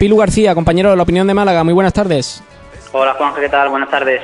Pilu García, compañero de La Opinión de Málaga. Muy buenas tardes. Hola Juan, ¿qué tal? Buenas tardes.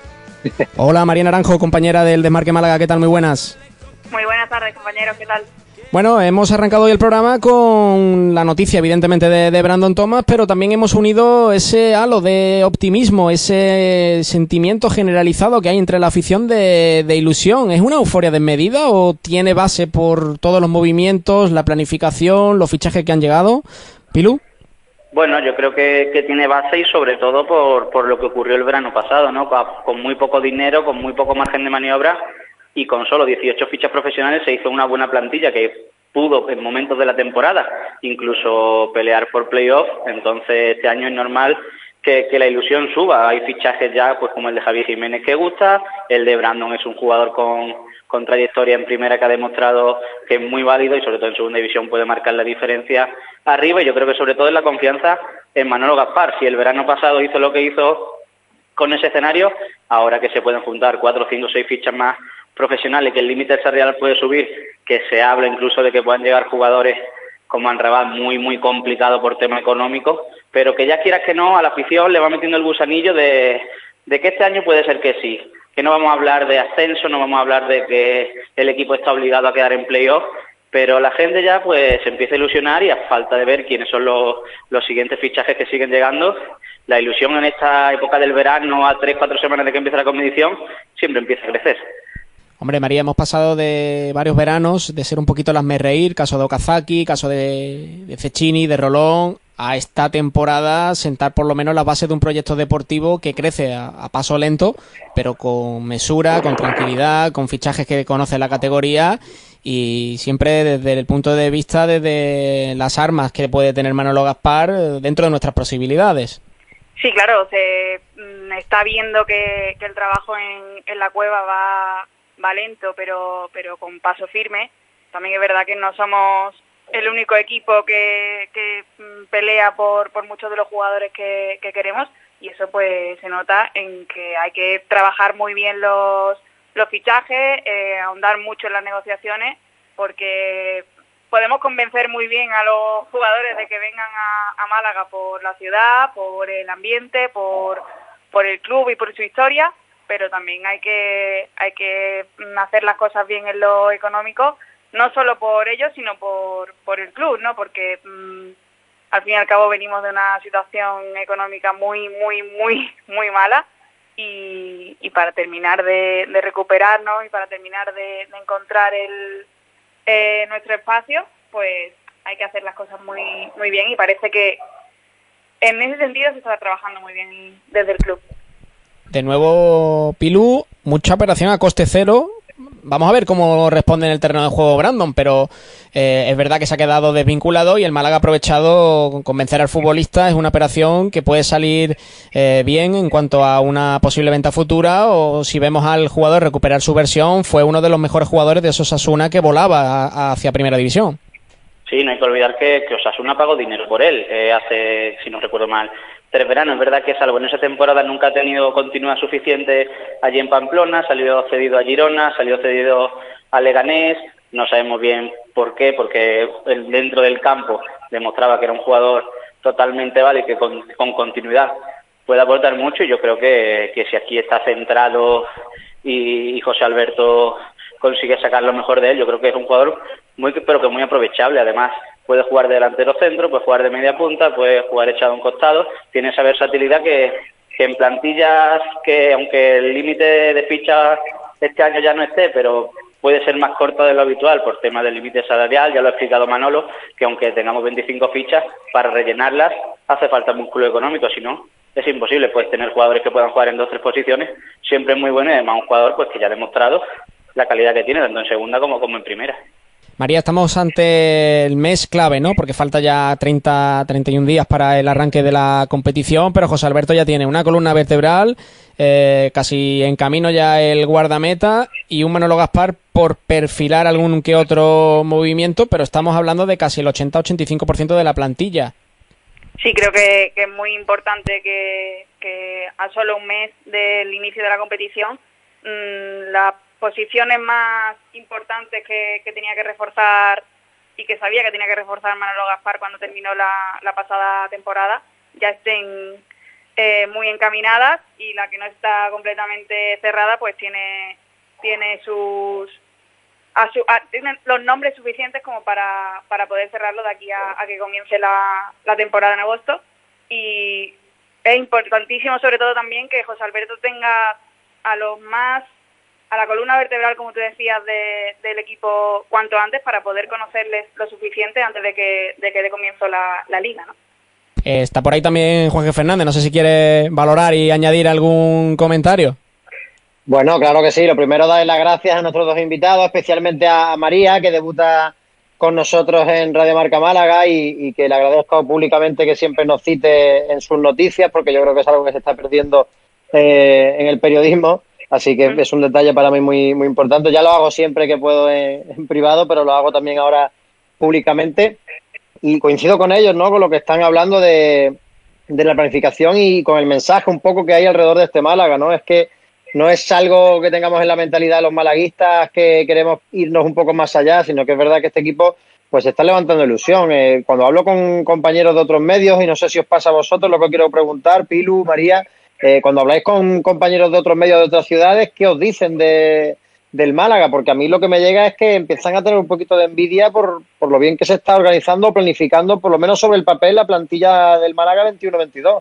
Hola María Naranjo, compañera del Desmarque Málaga. ¿Qué tal? Muy buenas. Muy buenas tardes, compañeros. ¿Qué tal? Bueno, hemos arrancado hoy el programa con la noticia, evidentemente, de Brandon Thomas, pero también hemos unido ese halo de optimismo, ese sentimiento generalizado que hay entre la afición de ilusión. ¿Es una euforia desmedida o tiene base por todos los movimientos, la planificación, los fichajes que han llegado? ¿Pilu? Bueno, yo creo que tiene base y sobre todo por lo que ocurrió el verano pasado, ¿no? Con muy poco dinero, con muy poco margen de maniobra y con solo 18 fichas profesionales se hizo una buena plantilla que pudo en momentos de la temporada incluso pelear por playoff. Entonces este año es normal que la ilusión suba. Hay fichajes ya pues como el de Javier Jiménez que gusta, el de Brandon es un jugador con trayectoria en primera que ha demostrado que es muy válido y sobre todo en segunda división puede marcar la diferencia arriba, y yo creo que sobre todo es la confianza en Manolo Gaspar. Si el verano pasado hizo lo que hizo con ese escenario, ahora que se pueden juntar 4, 5, 6 fichas más profesionales, que el límite salarial puede subir, que se habla incluso de que puedan llegar jugadores como Anrabat, muy complicado por tema económico, pero que ya quieras que no, a la afición le va metiendo el gusanillo de que este año puede ser que sí, que no vamos a hablar de ascenso, no vamos a hablar de que el equipo está obligado a quedar en playoff, pero la gente ya pues se empieza a ilusionar y a falta de ver quiénes son los siguientes fichajes que siguen llegando, la ilusión en esta época del verano, a 3, 4 semanas de que empiece la competición, siempre empieza a crecer. Hombre, María, hemos pasado de varios veranos de ser un poquito las reír, caso de Okazaki, caso de Cecchini, de Rolón, a esta temporada sentar por lo menos las bases de un proyecto deportivo que crece a paso lento, pero con mesura, con tranquilidad, con fichajes que conoce la categoría y siempre desde el punto de vista, desde las armas que puede tener Manolo Gaspar dentro de nuestras posibilidades. Sí, claro, se está viendo que el trabajo en la cueva va lento, pero con paso firme. También es verdad que no somos el único equipo que pelea por muchos de los jugadores que queremos, y eso pues se nota en que hay que trabajar muy bien los fichajes, ahondar mucho en las negociaciones, porque podemos convencer muy bien a los jugadores de que vengan a Málaga por la ciudad, por el ambiente, por el club y por su historia, pero también hay que hacer las cosas bien en lo económico, no solo por ellos, sino por el club, ¿no? Porque al fin y al cabo venimos de una situación económica muy mala, y para terminar de recuperarnos y para terminar de encontrar nuestro espacio, pues hay que hacer las cosas muy bien, y parece que en ese sentido se está trabajando muy bien desde el club. De nuevo, Pilu, mucha operación a coste cero. Vamos a ver cómo responde en el terreno de juego Brandon, pero es verdad que se ha quedado desvinculado y el Málaga ha aprovechado con convencer al futbolista. Es una operación que puede salir bien en cuanto a una posible venta futura, o si vemos al jugador recuperar su versión, fue uno de los mejores jugadores de Osasuna que volaba hacia Primera División. Sí, no hay que olvidar que Osasuna pagó dinero por él hace, si no recuerdo mal, 3 veranos. Es verdad que salvo en esa temporada nunca ha tenido continuidad suficiente allí en Pamplona, salió cedido a Girona, salió cedido a Leganés, no sabemos bien por qué, porque él dentro del campo demostraba que era un jugador totalmente válido y que con continuidad puede aportar mucho, y yo creo que si aquí está centrado y José Alberto consigue sacar lo mejor de él, yo creo que es un jugador pero que muy aprovechable. Además puede jugar de delantero centro, puede jugar de media punta, puede jugar echado a un costado, tiene esa versatilidad que en plantillas que, aunque el límite de fichas este año ya no esté, pero puede ser más corto de lo habitual por tema del límite salarial, ya lo ha explicado Manolo, que aunque tengamos 25 fichas, para rellenarlas hace falta músculo económico, si no es imposible. Pues tener jugadores que puedan jugar en 2 o 3 posiciones siempre es muy bueno, y además un jugador pues que ya ha demostrado la calidad que tiene tanto en segunda como en primera. María, estamos ante el mes clave, ¿no? Porque falta ya 31 días para el arranque de la competición, pero José Alberto ya tiene una columna vertebral, casi en camino ya el guardameta y un Manolo Gaspar por perfilar algún que otro movimiento, pero estamos hablando de casi el 80-85% de la plantilla. Sí, creo que es muy importante que a solo un mes del inicio de la competición las posiciones más importantes que tenía que reforzar y que sabía que tenía que reforzar Manolo Gaspar cuando terminó la pasada temporada, ya estén muy encaminadas, y la que no está completamente cerrada pues tiene tienen los nombres suficientes como para poder cerrarlo de aquí a que comience la temporada en agosto. Y es importantísimo sobre todo también que José Alberto tenga a la columna vertebral, como tú decías, del equipo cuanto antes, para poder conocerles lo suficiente antes de que dé comienzo la liga, ¿no? Está por ahí también Juan G. Fernández, no sé si quiere valorar y añadir algún comentario. Bueno, claro que sí. Lo primero, dar las gracias a nuestros dos invitados, especialmente a María, que debuta con nosotros en Radio Marca Málaga, y que le agradezco públicamente que siempre nos cite en sus noticias, porque yo creo que es algo que se está perdiendo en el periodismo. Así que es un detalle para mí muy, muy importante. Ya lo hago siempre que puedo en privado, pero lo hago también ahora públicamente. Y coincido con ellos, ¿no? Con lo que están hablando de la planificación y con el mensaje un poco que hay alrededor de este Málaga, ¿no? Es que no es algo que tengamos en la mentalidad de los malaguistas que queremos irnos un poco más allá, sino que es verdad que este equipo pues está levantando ilusión. Cuando hablo con compañeros de otros medios, y no sé si os pasa a vosotros, lo que quiero preguntar, Pilu, María, cuando habláis con compañeros de otros medios de otras ciudades, ¿qué os dicen del Málaga? Porque a mí lo que me llega es que empiezan a tener un poquito de envidia por lo bien que se está organizando, planificando, por lo menos sobre el papel, la plantilla del Málaga 21-22.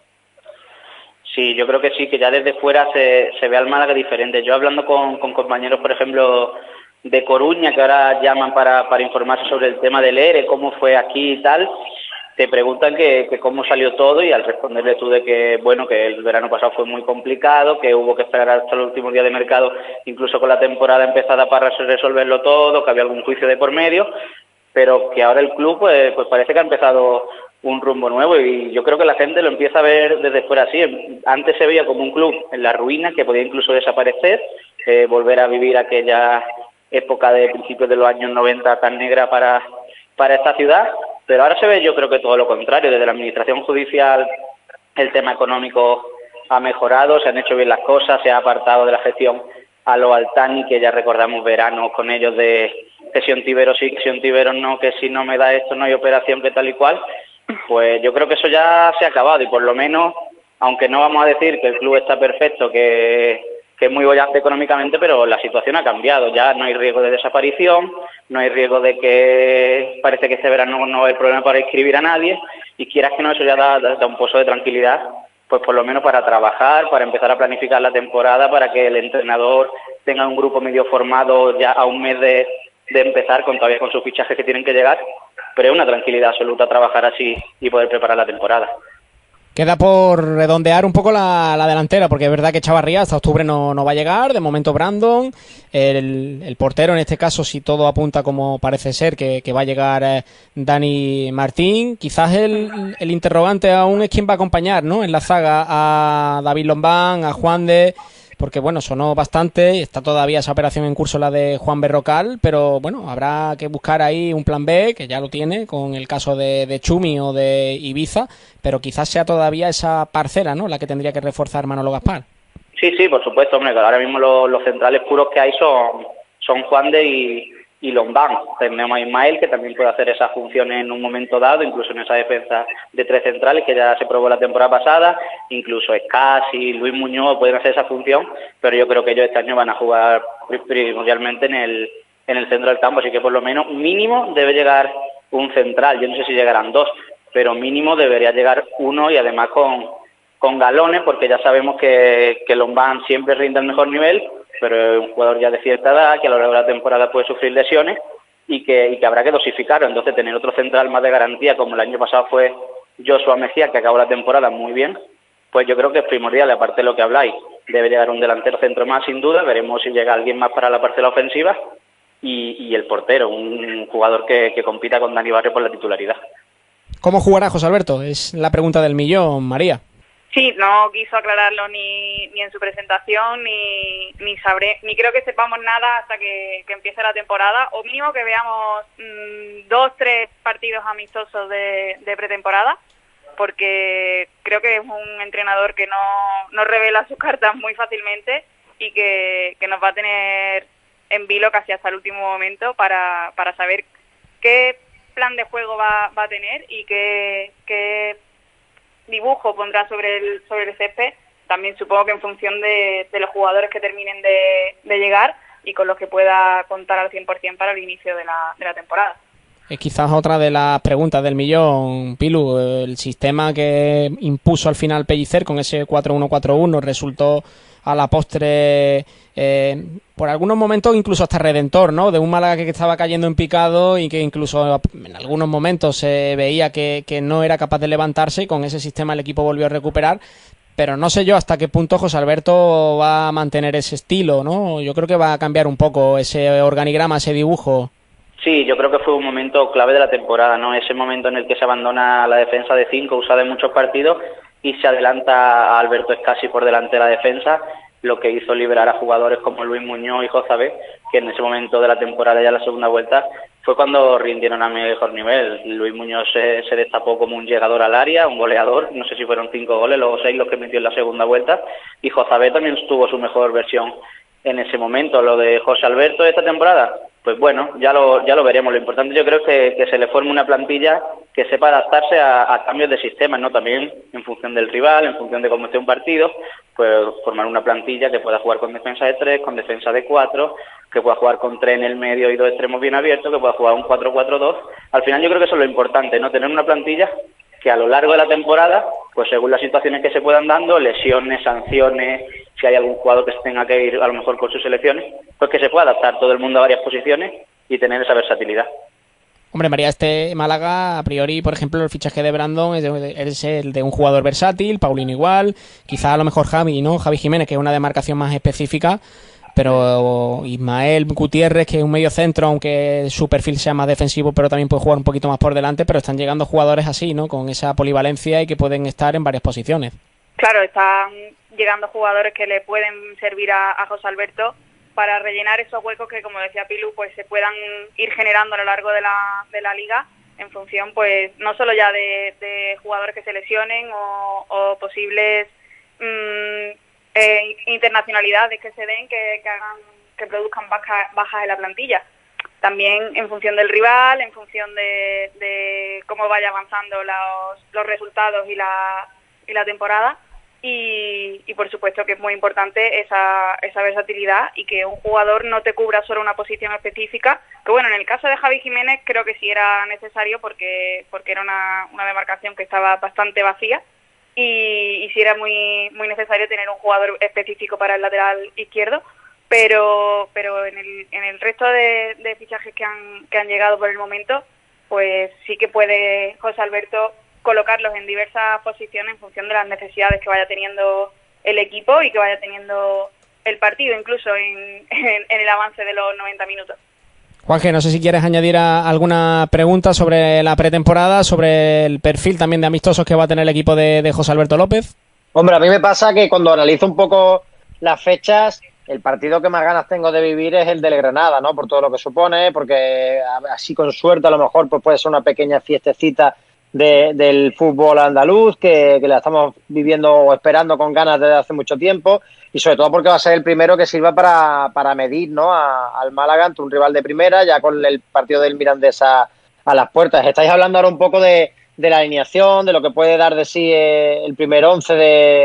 Sí, yo creo que sí, que ya desde fuera se ve al Málaga diferente. Yo hablando con compañeros, por ejemplo, de Coruña, que ahora llaman para informarse sobre el tema del ERE, cómo fue aquí y tal, te preguntan que cómo salió todo, y al responderle tú de que, bueno, que el verano pasado fue muy complicado, que hubo que esperar hasta el último día de mercado, incluso con la temporada empezada, para resolverlo todo, que había algún juicio de por medio, pero que ahora el club pues parece que ha empezado un rumbo nuevo, y yo creo que la gente lo empieza a ver desde fuera así. Antes se veía como un club en la ruina, que podía incluso desaparecer, volver a vivir aquella época de principios de los años 90 tan negra para esta ciudad, pero ahora se ve, yo creo que todo lo contrario. Desde la administración judicial el tema económico ha mejorado, se han hecho bien las cosas, se ha apartado de la gestión a los Altani, que ya recordamos veranos con ellos de que si Ontiveros sí, que si Ontiveros no, que si no me da esto no hay operación, que tal y cual. Pues yo creo que eso ya se ha acabado, y por lo menos, aunque no vamos a decir que el club está perfecto, que es muy bollante económicamente, pero la situación ha cambiado. Ya no hay riesgo de desaparición, no hay riesgo de que parece que este verano no va a haber problema para inscribir a nadie, y quieras que no, eso ya da un pozo de tranquilidad, pues por lo menos para trabajar, para empezar a planificar la temporada, para que el entrenador tenga un grupo medio formado ya a un mes de empezar, todavía con sus fichajes que tienen que llegar. Pero es una tranquilidad absoluta trabajar así y poder preparar la temporada. Queda por redondear un poco la delantera, porque es verdad que Chavarría hasta octubre no va a llegar. De momento Brandon, el portero en este caso, si todo apunta como parece ser, que va a llegar Dani Martín. Quizás el interrogante aún es quién va a acompañar, ¿no?, en la zaga a David Lombán, a Juan de... Porque, bueno, sonó bastante, está todavía esa operación en curso, la de Juan Berrocal, pero, bueno, habrá que buscar ahí un plan B, que ya lo tiene, con el caso de Chumi o de Ibiza, pero quizás sea todavía esa parcela, ¿no?, la que tendría que reforzar Manolo Gaspar. Sí, por supuesto, hombre, que ahora mismo los centrales puros que hay son Juan de y Lombán. Tenemos a Ismael, que también puede hacer esas funciones en un momento dado, incluso en esa defensa de tres centrales que ya se probó la temporada pasada. Incluso Escasi, Luis Muñoz pueden hacer esa función, pero yo creo que ellos este año van a jugar primordialmente en el centro del campo, así que por lo menos mínimo debe llegar un central. Yo no sé si llegarán dos, pero mínimo debería llegar uno, y además con galones, porque ya sabemos que Lombán siempre rinde al mejor nivel, pero es un jugador ya de cierta edad, que a lo largo de la temporada puede sufrir lesiones, y que habrá que dosificarlo. Entonces, tener otro central más de garantía, como el año pasado fue Joshua Mejía, que acabó la temporada muy bien, pues yo creo que es primordial. Aparte de lo que habláis, debe llegar un delantero centro más, sin duda. Veremos si llega alguien más para la parcela ofensiva, y el portero, un jugador que compita con Dani Barrio por la titularidad. ¿Cómo jugará José Alberto? Es la pregunta del millón, María. Sí, no quiso aclararlo ni en su presentación, ni creo que sepamos nada hasta que empiece la temporada, o mínimo que veamos 2-3 partidos amistosos de pretemporada, porque creo que es un entrenador que no revela sus cartas muy fácilmente, y que nos va a tener en vilo casi hasta el último momento para saber qué plan de juego va a tener, y qué dibujo pondrá sobre el césped, también supongo que en función de los jugadores que terminen de llegar y con los que pueda contar al 100% para el inicio de la temporada. Es quizás otra de las preguntas del millón, Pilu. El sistema que impuso al final Pellicer con ese 4-1-4-1 resultó a la postre, por algunos momentos incluso hasta redentor, ¿no? De un Málaga que estaba cayendo en picado y que incluso en algunos momentos se veía que no era capaz de levantarse, y con ese sistema el equipo volvió a recuperar. Pero no sé yo hasta qué punto José Alberto va a mantener ese estilo, ¿no? Yo creo que va a cambiar un poco ese organigrama, ese dibujo. Sí, yo creo que fue un momento clave de la temporada, ¿no? Ese momento en el que se abandona la defensa de 5 usada en muchos partidos y se adelanta a Alberto Escasi por delante de la defensa, lo que hizo liberar a jugadores como Luis Muñoz y Jozabé, que en ese momento de la temporada, ya la segunda vuelta, fue cuando rindieron a mejor nivel. Luis Muñoz se destapó como un llegador al área, un goleador, no sé si fueron 5 goles, luego 6 los que metió en la segunda vuelta, y Jozabé también tuvo su mejor versión en ese momento. Lo de José Alberto de esta temporada, pues bueno, ya lo veremos. Lo importante yo creo es que se le forme una plantilla que sepa adaptarse a cambios de sistemas, ¿no? También en función del rival, en función de cómo esté un partido, pues formar una plantilla que pueda jugar con defensa de 3, con defensa de 4, que pueda jugar con 3 en el medio y 2 extremos bien abiertos, que pueda jugar un 4-4-2. Al final yo creo que eso es lo importante, ¿no? Tener una plantilla que a lo largo de la temporada, pues según las situaciones que se puedan dando, lesiones, sanciones, si hay algún jugador que se tenga que ir a lo mejor con sus selecciones, pues que se pueda adaptar todo el mundo a varias posiciones y tener esa versatilidad. Hombre, María, este Málaga, a priori, por ejemplo, el fichaje de Brandon es el de un jugador versátil, Paulino igual, quizá a lo mejor Javi, ¿no? Javi Jiménez, que es una demarcación más específica, pero Ismael Gutiérrez, que es un medio centro, aunque su perfil sea más defensivo, pero también puede jugar un poquito más por delante, pero están llegando jugadores así, ¿no? Con esa polivalencia y que pueden estar en varias posiciones. Claro, están llegando jugadores que le pueden servir a José Alberto para rellenar esos huecos que, como decía Pilu, pues se puedan ir generando a lo largo de la liga, en función, pues, no solo ya de jugadores que se lesionen o posibles internacionalidades que se den, que hagan, que produzcan bajas en la plantilla. También en función del rival, en función de cómo vaya avanzando los resultados y la temporada. Y por supuesto que es muy importante esa versatilidad y que un jugador no te cubra solo una posición específica, que bueno, en el caso de Javi Jiménez creo que sí era necesario porque era una demarcación que estaba bastante vacía y sí era muy, muy necesario tener un jugador específico para el lateral izquierdo, pero en el resto de fichajes que han llegado por el momento, pues sí que puede José Alberto colocarlos en diversas posiciones en función de las necesidades que vaya teniendo el equipo y que vaya teniendo el partido, incluso en el avance de los 90 minutos. Juanje, no sé si quieres añadir alguna pregunta sobre la pretemporada, sobre el perfil también de amistosos que va a tener el equipo de José Alberto López. Hombre, a mí me pasa que cuando analizo un poco las fechas, el partido que más ganas tengo de vivir es el del Granada, ¿no? Por todo lo que supone, porque así con suerte a lo mejor pues puede ser una pequeña fiestecita del fútbol andaluz que la estamos viviendo o esperando con ganas desde hace mucho tiempo, y sobre todo porque va a ser el primero que sirva para medir, ¿no? al Málaga ante un rival de primera, ya con el partido del Mirandés a las puertas. Estáis hablando ahora un poco de la alineación, de lo que puede dar de sí el primer 11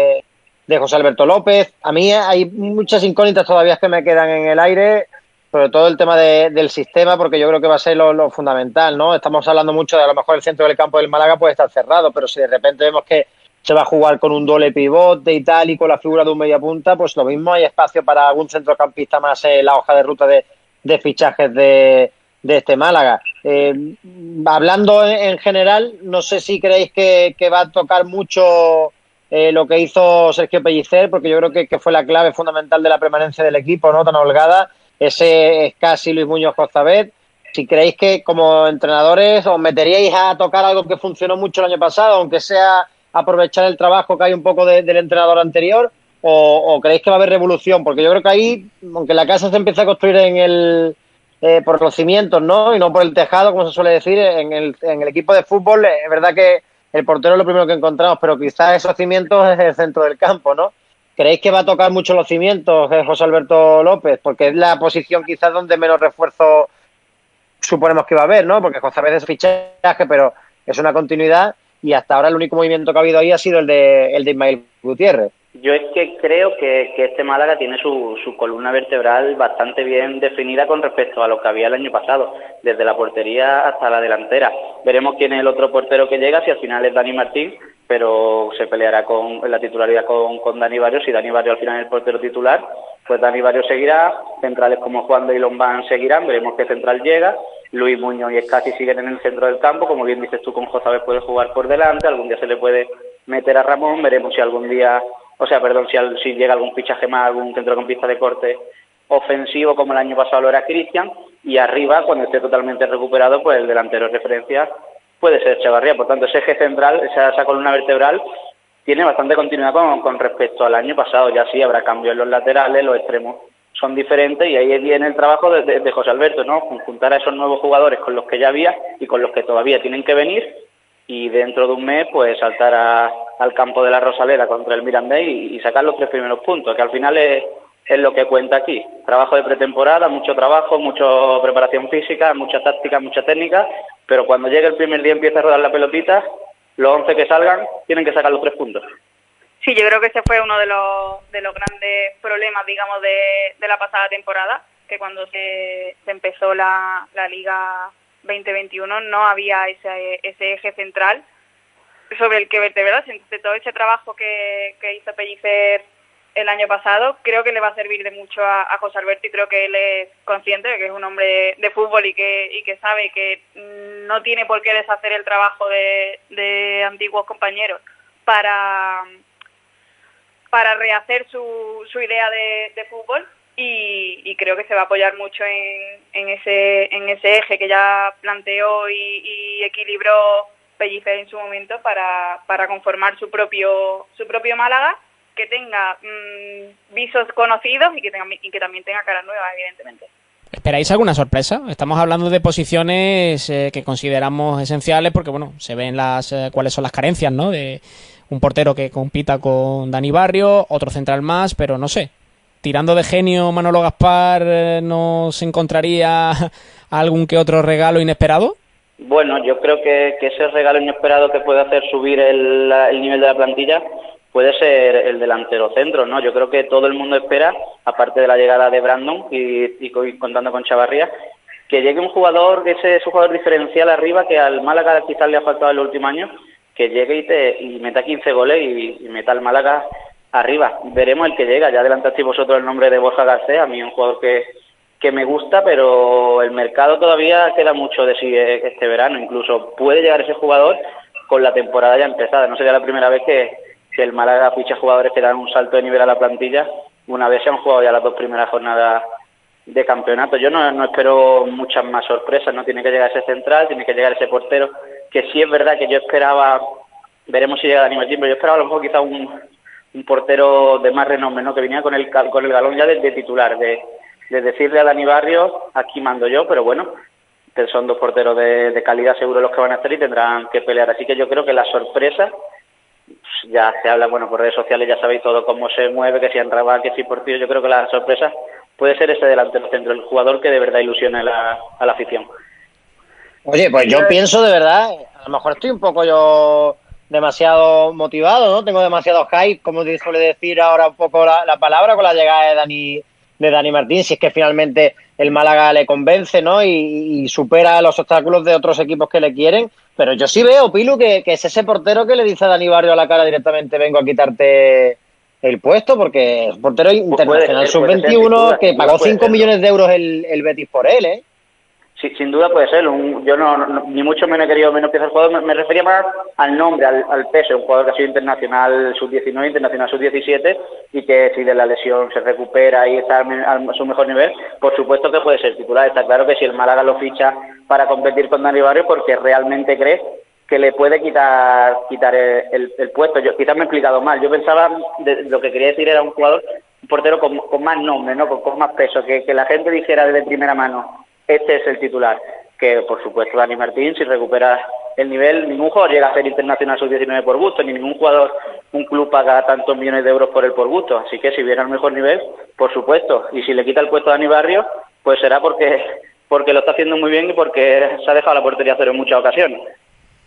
de José Alberto López. A mí hay muchas incógnitas todavía que me quedan en el aire, sobre todo el tema del sistema, porque yo creo que va a ser lo fundamental, ¿no? Estamos hablando mucho de a lo mejor el centro del campo del Málaga puede estar cerrado, pero si de repente vemos que se va a jugar con un doble pivote y tal, y con la figura de un mediapunta, pues lo mismo hay espacio para algún centrocampista más en la hoja de ruta de fichajes de este Málaga. Hablando en general, no sé si creéis que va a tocar mucho lo que hizo Sergio Pellicer, porque yo creo que fue la clave fundamental de la permanencia del equipo, ¿no? Tan holgada. Ese Escasi, Luis Muñoz, Jozabet. Si creéis que como entrenadores os meteríais a tocar algo que funcionó mucho el año pasado, aunque sea aprovechar el trabajo que hay un poco del entrenador anterior, o creéis que va a haber revolución, porque yo creo que ahí, aunque la casa se empieza a construir por los cimientos, ¿no? Y no por el tejado, como se suele decir, en el equipo de fútbol, es verdad que el portero es lo primero que encontramos, pero quizás esos cimientos es el centro del campo, ¿no? ¿Creéis que va a tocar mucho los cimientos José Alberto López? Porque es la posición quizás donde menos refuerzo suponemos que va a haber, ¿no? Porque Jozabet es fichaje, pero es una continuidad. y hasta ahora el único movimiento que ha habido ahí ha sido el de Ismael Gutiérrez. Yo es que creo que este Málaga tiene su columna vertebral bastante bien definida con respecto a lo que había el año pasado, desde la portería hasta la delantera. Veremos quién es el otro portero que llega, si al final es Dani Martín, pero se peleará en la titularidad con Dani Barrios. Si Dani Barrios al final es el portero titular, pues Dani Barrios seguirá, centrales como Juan de y Lombán seguirán, veremos qué central llega. Luis Muñoz y Escasi siguen en el centro del campo, como bien dices tú, con José puede jugar por delante, algún día se le puede meter a Ramón, veremos si algún día, si llega algún fichaje más, algún centrocampista de corte ofensivo como el año pasado lo era Cristian, y arriba, cuando esté totalmente recuperado, pues el delantero de referencia puede ser Chavarría. Por tanto, ese eje central, esa columna vertebral, tiene bastante continuidad con respecto al año pasado. Ya sí habrá cambios en los laterales, los extremos son diferentes, y ahí viene el trabajo de José Alberto, ¿no? Conjuntar a esos nuevos jugadores con los que ya había y con los que todavía tienen que venir, y dentro de un mes pues saltar al campo de la Rosaleda contra el Mirandés y sacar los 3 primeros puntos, que al final es lo que cuenta aquí. Trabajo de pretemporada, mucho trabajo, mucha preparación física, mucha táctica, mucha técnica, pero cuando llegue el primer día y empieza a rodar la pelotita, los 11 que salgan tienen que sacar los 3 puntos. Sí, yo creo que ese fue uno de los grandes problemas, digamos, de la pasada temporada, que cuando se empezó la Liga 2021 no había ese eje central sobre el que vertebrarse. Entonces, todo ese trabajo que hizo Pellicer el año pasado creo que le va a servir de mucho a José Alberto, y creo que él es consciente de que es un hombre de fútbol y que sabe que no tiene por qué deshacer el trabajo de antiguos compañeros para rehacer su idea de fútbol, y creo que se va a apoyar mucho en ese eje que ya planteó y equilibró Pellicer en su momento para conformar su propio Málaga, que tenga visos conocidos y que también tenga caras nuevas, evidentemente. ¿Esperáis alguna sorpresa? Estamos hablando de posiciones que consideramos esenciales porque, bueno, se ven cuáles son las carencias, ¿no? De un portero que compita con Dani Barrio, otro central más, pero no sé. Tirando de genio, Manolo Gaspar, ¿nos encontraría algún que otro regalo inesperado? Bueno, yo creo que ese regalo inesperado que puede hacer subir el nivel de la plantilla puede ser el delantero centro, ¿no? Yo creo que todo el mundo espera, aparte de la llegada de Brandon y contando con Chavarría, que llegue un jugador, que ese es un jugador diferencial arriba, que al Málaga quizás le ha faltado en los últimos años, que llegue y meta 15 goles y meta al Málaga arriba. Veremos el que llega. Ya adelantasteis vosotros el nombre de Borja Garcés, a mí es un jugador que me gusta, pero el mercado todavía queda mucho de sí este verano. Incluso puede llegar ese jugador con la temporada ya empezada. No sería la primera vez que el Málaga ficha jugadores que dan un salto de nivel a la plantilla una vez se han jugado ya las 2 primeras jornadas de campeonato. Yo no espero muchas más sorpresas, no tiene que llegar ese central, tiene que llegar ese portero, que sí es verdad que yo esperaba, veremos si llega Dani Martín, pero yo esperaba a lo mejor quizá un portero de más renombre, ¿no? Que venía con el galón ya de titular, de decirle a Dani Barrios, aquí mando yo, pero bueno, que son 2 porteros de calidad seguro los que van a estar y tendrán que pelear. Así que yo creo que la sorpresa, ya se habla, bueno, por redes sociales ya sabéis todo cómo se mueve, que si en Rabat, que si por tío, yo creo que la sorpresa puede ser ese delantero centro, el jugador que de verdad ilusione a la afición. Oye, pues yo pienso de verdad, a lo mejor estoy un poco yo demasiado motivado, ¿no? Tengo demasiado hype, como te suele decir ahora un poco la palabra, con la llegada de Dani Martín, si es que finalmente el Málaga le convence, ¿no? Y supera los obstáculos de otros equipos que le quieren. Pero yo sí veo, Pilu, que es ese portero que le dice a Dani Barrio a la cara directamente: vengo a quitarte el puesto, porque es un portero internacional sub-21 que pagó 5 millones de euros el Betis por él, ¿eh? Sí, sin duda puede ser. Yo no ni mucho menos he querido menospreciar al jugador. Me refería más al nombre, al peso. Un jugador que ha sido internacional sub-19, internacional sub-17, y que si de la lesión se recupera y está a su mejor nivel, por supuesto que puede ser titular. Está claro que si el Málaga lo ficha para competir con Dani Barrio, porque realmente cree que le puede quitar el puesto. Yo quizás me he explicado mal. Yo pensaba, lo que quería decir era un jugador, un portero con más nombre, ¿no? Con más peso, que la gente dijera de primera mano: este es el titular. Que por supuesto Dani Martín, si recupera el nivel, ningún jugador llega a ser internacional sub-19 por gusto, ni ningún jugador, un club paga tantos millones de euros por él por gusto. Así que si viene al mejor nivel, por supuesto. Y si le quita el puesto a Dani Barrio, pues será porque lo está haciendo muy bien y porque se ha dejado la portería a cero en muchas ocasiones.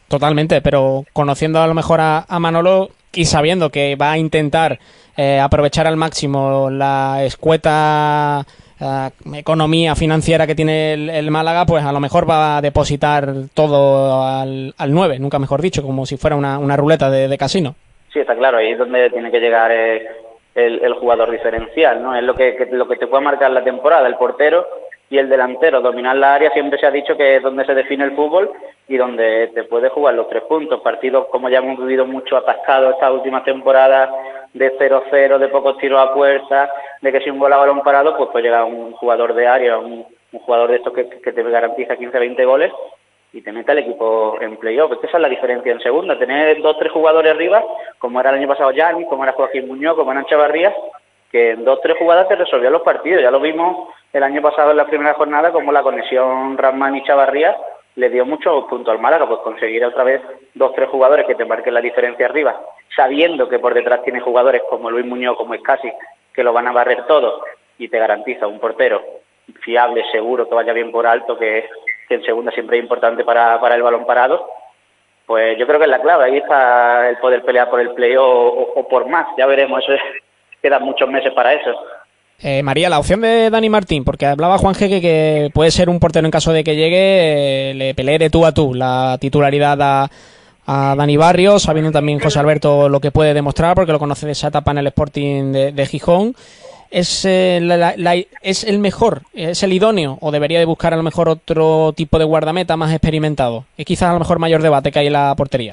Totalmente, pero conociendo a lo mejor a Manolo y sabiendo que va a intentar aprovechar al máximo la escueta economía financiera que tiene el Málaga, pues a lo mejor va a depositar todo al 9, nunca mejor dicho, como si fuera una ruleta de casino. Sí, está claro, ahí es donde tiene que llegar el jugador diferencial, ¿no? Es lo que te puede marcar la temporada, el portero y el delantero. Dominar la área siempre se ha dicho que es donde se define el fútbol y donde te puede jugar los 3 puntos. Partidos, como ya hemos vivido mucho atascados estas últimas temporadas, de 0-0, de pocos tiros a puerta, de que si un gol a balón parado, pues puede llegar un jugador de área, un jugador de estos que te garantiza 15-20 goles y te mete al equipo en playoff. Es que esa es la diferencia en segunda, tener 2-3 jugadores arriba, como era el año pasado Gianni, como era Joaquín Muñoz, como era Chavarrías, que en 2-3 jugadas te resolvían los partidos. Ya lo vimos el año pasado en la primera jornada, como la conexión Ramán y Chavarrías le dio muchos puntos al Málaga, pues conseguir otra vez 2-3 jugadores que te marquen la diferencia arriba, sabiendo que por detrás tiene jugadores como Luis Muñoz, como Escasi, que lo van a barrer todo, y te garantiza un portero fiable, seguro, que vaya bien por alto, que en segunda siempre es importante para el balón parado. Pues yo creo que es la clave, ahí está el poder pelear por el play o por más, ya veremos, quedan muchos meses para eso. María, la opción de Dani Martín, porque hablaba Juan Jeque que puede ser un portero en caso de que llegue, le pelee de tú a tú la titularidad a Dani Barrios, sabiendo también José Alberto lo que puede demostrar, porque lo conoce de esa etapa en el Sporting de Gijón. ¿Es el mejor, es el idóneo, o debería de buscar a lo mejor otro tipo de guardameta más experimentado? Es quizás a lo mejor mayor debate que hay en la portería.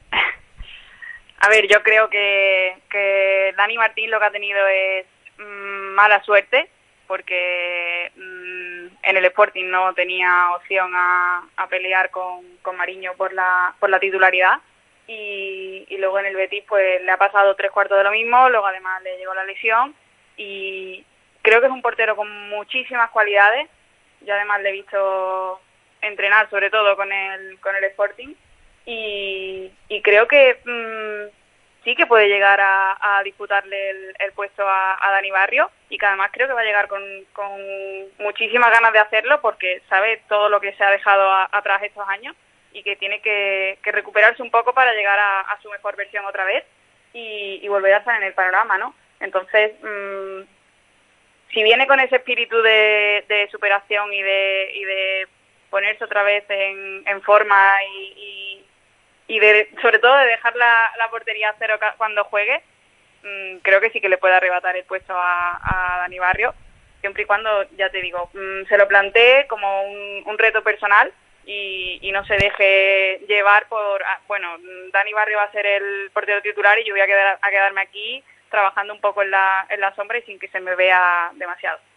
A ver, yo creo que Dani Martín lo que ha tenido es mala suerte, porque en el Sporting no tenía opción a pelear con Mariño por la titularidad, y luego en el Betis pues le ha pasado 3/4 de lo mismo, luego además le llegó la lesión, y creo que es un portero con muchísimas cualidades. Yo además le he visto entrenar sobre todo con el Sporting, y creo que sí que puede llegar a disputarle el puesto a Dani Barrios, y que además creo que va a llegar con muchísimas ganas de hacerlo, porque sabe todo lo que se ha dejado atrás estos años y que tiene que recuperarse un poco para llegar a su mejor versión otra vez y volver a estar en el panorama, ¿no? Entonces, si viene con ese espíritu de superación y de ponerse otra vez en forma y sobre todo de dejar la portería a cero cuando juegue, creo que sí que le puede arrebatar el puesto a Dani Barrios, siempre y cuando, ya te digo, se lo plantee como un reto personal y no se deje llevar por, Dani Barrios va a ser el portero titular y yo voy a quedarme aquí trabajando un poco en la sombra y sin que se me vea demasiado.